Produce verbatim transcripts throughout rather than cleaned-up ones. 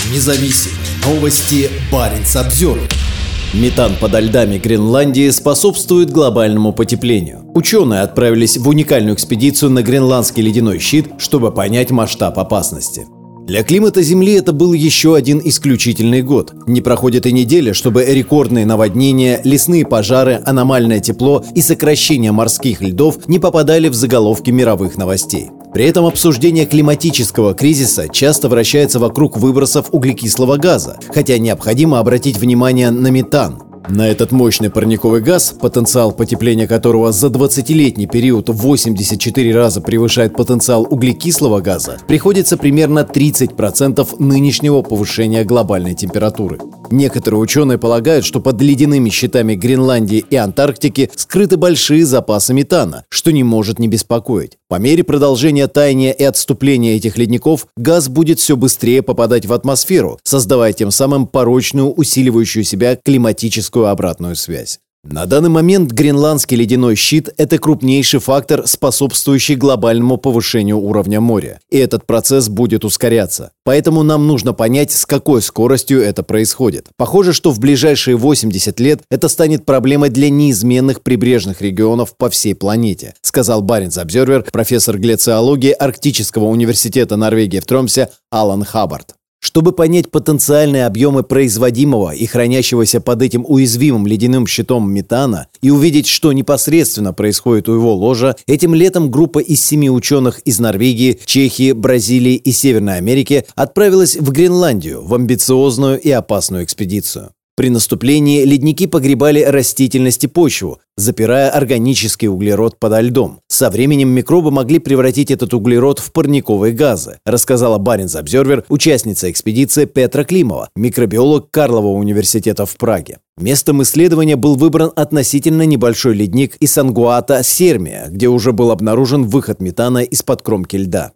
независимые новости Баренц-Обзервер. Метан подо льдами Гренландии способствует глобальному потеплению. Ученые отправились в уникальную экспедицию на гренландский ледяной щит, чтобы понять масштаб опасности. Для климата Земли это был еще один исключительный год. Не проходит и неделя, чтобы рекордные наводнения, лесные пожары, аномальное тепло и сокращение морских льдов не попадали в заголовки мировых новостей. При этом обсуждение климатического кризиса часто вращается вокруг выбросов углекислого газа, хотя необходимо обратить внимание на метан. На этот мощный парниковый газ, потенциал потепления которого за двадцатилетний период в восемьдесят четыре раза превышает потенциал углекислого газа, приходится примерно тридцать процентов нынешнего повышения глобальной температуры. Некоторые ученые полагают, что под ледяными щитами Гренландии и Антарктики скрыты большие запасы метана, что не может не беспокоить. По мере продолжения таяния и отступления этих ледников газ будет все быстрее попадать в атмосферу, создавая тем самым порочную, усиливающую себя климатическую обратную связь. На данный момент гренландский ледяной щит – это крупнейший фактор, способствующий глобальному повышению уровня моря. И этот процесс будет ускоряться. Поэтому нам нужно понять, с какой скоростью это происходит. Похоже, что в ближайшие восемьдесят лет это станет проблемой для неизменных прибрежных регионов по всей планете, сказал Баренц-Обзервер профессор глициологии Арктического университета Норвегии в Тромсе Алан Хаббард. Чтобы понять потенциальные объемы производимого и хранящегося под этим уязвимым ледяным щитом метана и увидеть, что непосредственно происходит у его ложа, этим летом группа из семи ученых из Норвегии, Чехии, Бразилии и Северной Америки отправилась в Гренландию в амбициозную и опасную экспедицию. При наступлении ледники погребали растительность и почву, запирая органический углерод подо льдом. Со временем микробы могли превратить этот углерод в парниковые газы, рассказала Баренц-Обзервер участница экспедиции Петра Климова, микробиолог Карлова университета в Праге. Местом исследования был выбран относительно небольшой ледник Исангуата-Сермия, где уже был обнаружен выход метана из-под кромки льда.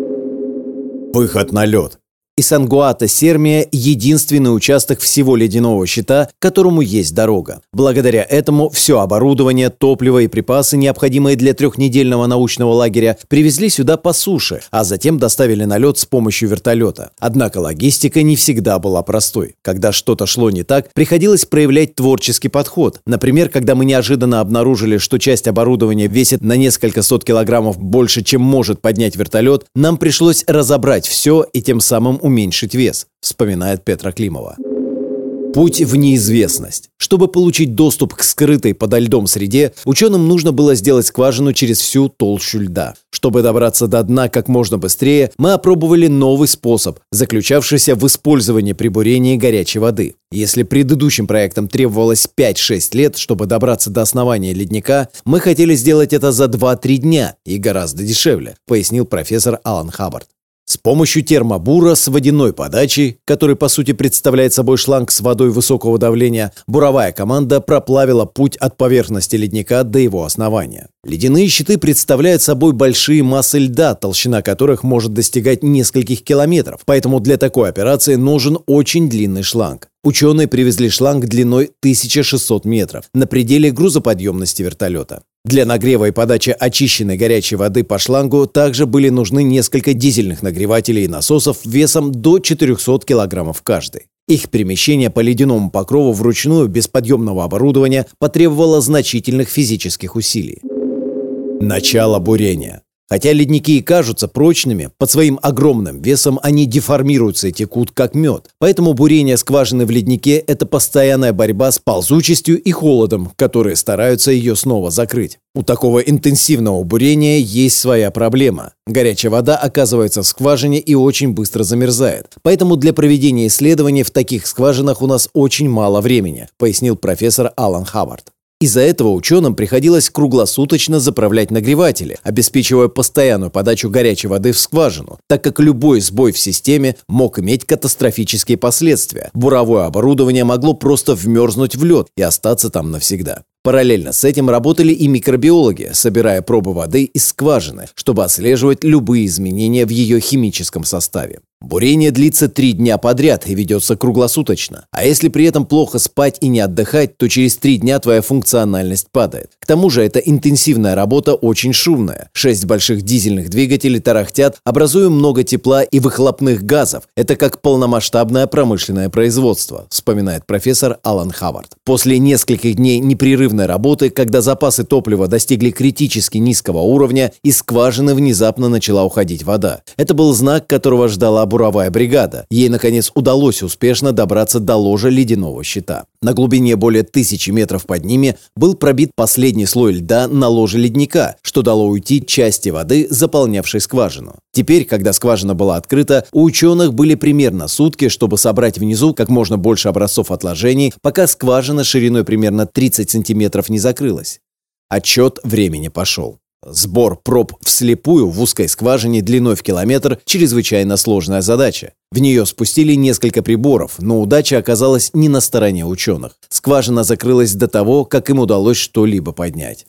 Выход на лед. Исангуата-Сермия – единственный участок всего ледяного щита, к которому есть дорога. Благодаря этому все оборудование, топливо и припасы, необходимые для трехнедельного научного лагеря, привезли сюда по суше, а затем доставили на лед с помощью вертолета. Однако логистика не всегда была простой. Когда что-то шло не так, приходилось проявлять творческий подход. Например, когда мы неожиданно обнаружили, что часть оборудования весит на несколько сот килограммов больше, чем может поднять вертолет, нам пришлось разобрать все и тем самым уменьшить вес, вспоминает Петра Климова. Путь в неизвестность. Чтобы получить доступ к скрытой подо льдом среде, ученым нужно было сделать скважину через всю толщу льда. Чтобы добраться до дна как можно быстрее, мы опробовали новый способ, заключавшийся в использовании при бурении горячей воды. Если предыдущим проектам требовалось пять-шесть лет, чтобы добраться до основания ледника, мы хотели сделать это за два-три дня и гораздо дешевле, пояснил профессор Алан Хаббард. С помощью термобура с водяной подачей, который по сути представляет собой шланг с водой высокого давления, буровая команда проплавила путь от поверхности ледника до его основания. Ледяные щиты представляют собой большие массы льда, толщина которых может достигать нескольких километров, поэтому для такой операции нужен очень длинный шланг. Ученые привезли шланг длиной тысяча шестьсот метров на пределе грузоподъемности вертолета. Для нагрева и подачи очищенной горячей воды по шлангу также были нужны несколько дизельных нагревателей и насосов весом до четырехсот килограммов каждый. Их перемещение по ледяному покрову вручную без подъемного оборудования потребовало значительных физических усилий. Начало бурения. Хотя ледники и кажутся прочными, под своим огромным весом они деформируются и текут как мед. Поэтому бурение скважины в леднике – это постоянная борьба с ползучестью и холодом, которые стараются ее снова закрыть. У такого интенсивного бурения есть своя проблема. Горячая вода оказывается в скважине и очень быстро замерзает. Поэтому для проведения исследований в таких скважинах у нас очень мало времени, пояснил профессор Алан Хаббард. Из-за этого ученым приходилось круглосуточно заправлять нагреватели, обеспечивая постоянную подачу горячей воды в скважину, так как любой сбой в системе мог иметь катастрофические последствия. Буровое оборудование могло просто вмерзнуть в лед и остаться там навсегда. Параллельно с этим работали и микробиологи, собирая пробы воды из скважины, чтобы отслеживать любые изменения в ее химическом составе. Бурение длится три дня подряд и ведется круглосуточно. А если при этом плохо спать и не отдыхать, то через три дня твоя функциональность падает. К тому же эта интенсивная работа очень шумная. Шесть больших дизельных двигателей тарахтят, образуя много тепла и выхлопных газов. Это как полномасштабное промышленное производство, вспоминает профессор Алан Хавард. После нескольких дней непрерывной работы, когда запасы топлива достигли критически низкого уровня, из скважины внезапно начала уходить вода. Это был знак, которого ждала буровая бригада. Ей, наконец, удалось успешно добраться до ложа ледяного щита. На глубине более тысячи метров под ними был пробит последний слой льда на ложе ледника, что дало уйти части воды, заполнявшей скважину. Теперь, когда скважина была открыта, у ученых были примерно сутки, чтобы собрать внизу как можно больше образцов отложений, пока скважина шириной примерно тридцать сантиметров не закрылась. Отсчет времени пошел. Сбор проб вслепую в узкой скважине длиной в километр – чрезвычайно сложная задача. В нее спустили несколько приборов, но удача оказалась не на стороне ученых. Скважина закрылась до того, как им удалось что-либо поднять.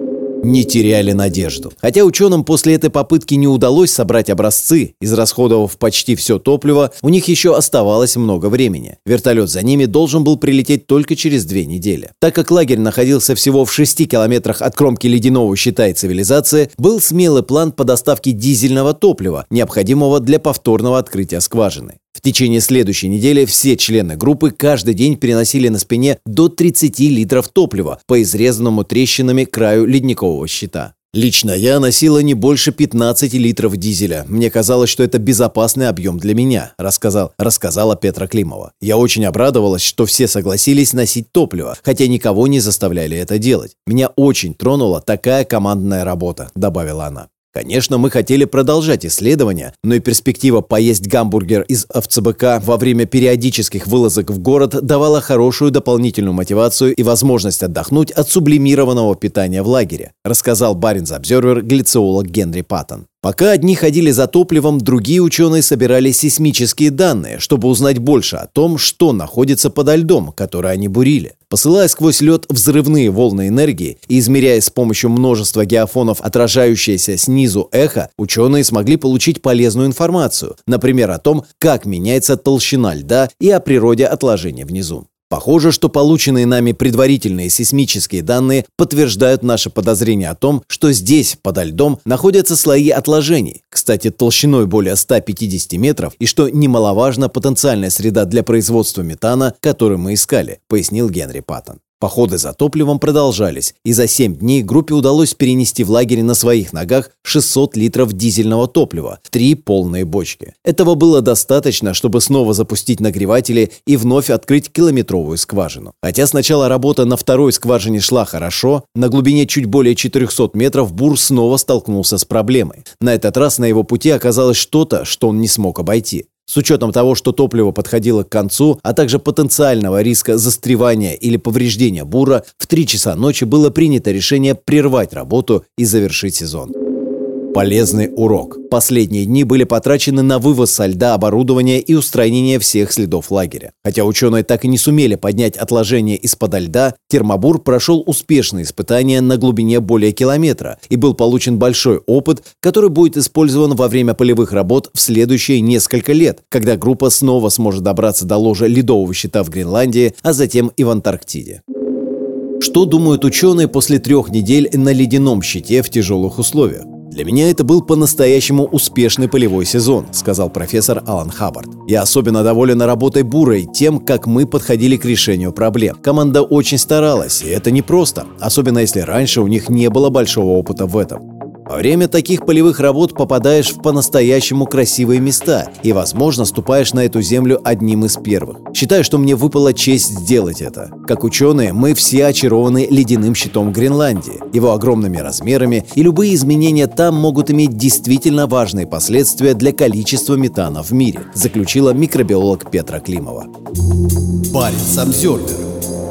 Не теряли надежду. Хотя ученым после этой попытки не удалось собрать образцы, израсходовав почти все топливо, у них еще оставалось много времени. Вертолет за ними должен был прилететь только через две недели. Так как лагерь находился всего в шести километрах от кромки ледяного щита и цивилизации, был смелый план по доставке дизельного топлива, необходимого для повторного открытия скважины. В течение следующей недели все члены группы каждый день переносили на спине до тридцати литров топлива по изрезанному трещинами краю ледникового щита. Лично я носила не больше пятнадцати литров дизеля. Мне казалось, что это безопасный объем для меня, рассказал, рассказала Петра Климова. Я очень обрадовалась, что все согласились носить топливо, хотя никого не заставляли это делать. Меня очень тронула такая командная работа, добавила она. Конечно, мы хотели продолжать исследования, но и перспектива поесть гамбургер из ОФЦБК во время периодических вылазок в город давала хорошую дополнительную мотивацию и возможность отдохнуть от сублимированного питания в лагере, рассказал Баренц Обзервер глициолог Генри Паттон. Пока одни ходили за топливом, другие ученые собирали сейсмические данные, чтобы узнать больше о том, что находится подо льдом, который они бурили. Посылая сквозь лед взрывные волны энергии и измеряя с помощью множества геофонов отражающееся снизу эхо, ученые смогли получить полезную информацию, например, о том, как меняется толщина льда и о природе отложения внизу. Похоже, что полученные нами предварительные сейсмические данные подтверждают наше подозрение о том, что здесь, подо льдом, находятся слои отложений, кстати, толщиной более ста пятидесяти метров, и, что немаловажно, потенциальная среда для производства метана, который мы искали, пояснил Генри Паттон. Походы за топливом продолжались, и за семь дней группе удалось перенести в лагерь на своих ногах шестьсот литров дизельного топлива, три полные бочки. Этого было достаточно, чтобы снова запустить нагреватели и вновь открыть километровую скважину. Хотя сначала работа на второй скважине шла хорошо, на глубине чуть более четырехсот метров бур снова столкнулся с проблемой. На этот раз на его пути оказалось что-то, что он не смог обойти. С учетом того, что топливо подходило к концу, а также потенциального риска застревания или повреждения бура, в три часа ночи было принято решение прервать работу и завершить сезон. Полезный урок. Последние дни были потрачены на вывоз со льда оборудования и устранение всех следов лагеря. Хотя ученые так и не сумели поднять отложения из-под льда, термобур прошел успешные испытания на глубине более километра и был получен большой опыт, который будет использован во время полевых работ в следующие несколько лет, когда группа снова сможет добраться до ложа ледового щита в Гренландии, а затем и в Антарктиде. Что думают ученые после трех недель на ледяном щите в тяжелых условиях? «Для меня это был по-настоящему успешный полевой сезон», — сказал профессор Алан Хавард. «Я особенно доволен работой бурой, тем, как мы подходили к решению проблем. Команда очень старалась, и это непросто, особенно если раньше у них не было большого опыта в этом. Во время таких полевых работ попадаешь в по-настоящему красивые места и, возможно, ступаешь на эту землю одним из первых. Считаю, что мне выпала честь сделать это. Как ученые, мы все очарованы ледяным щитом Гренландии, его огромными размерами, и любые изменения там могут иметь действительно важные последствия для количества метана в мире», заключила микробиолог Петра Климова. Баренц Обзервер.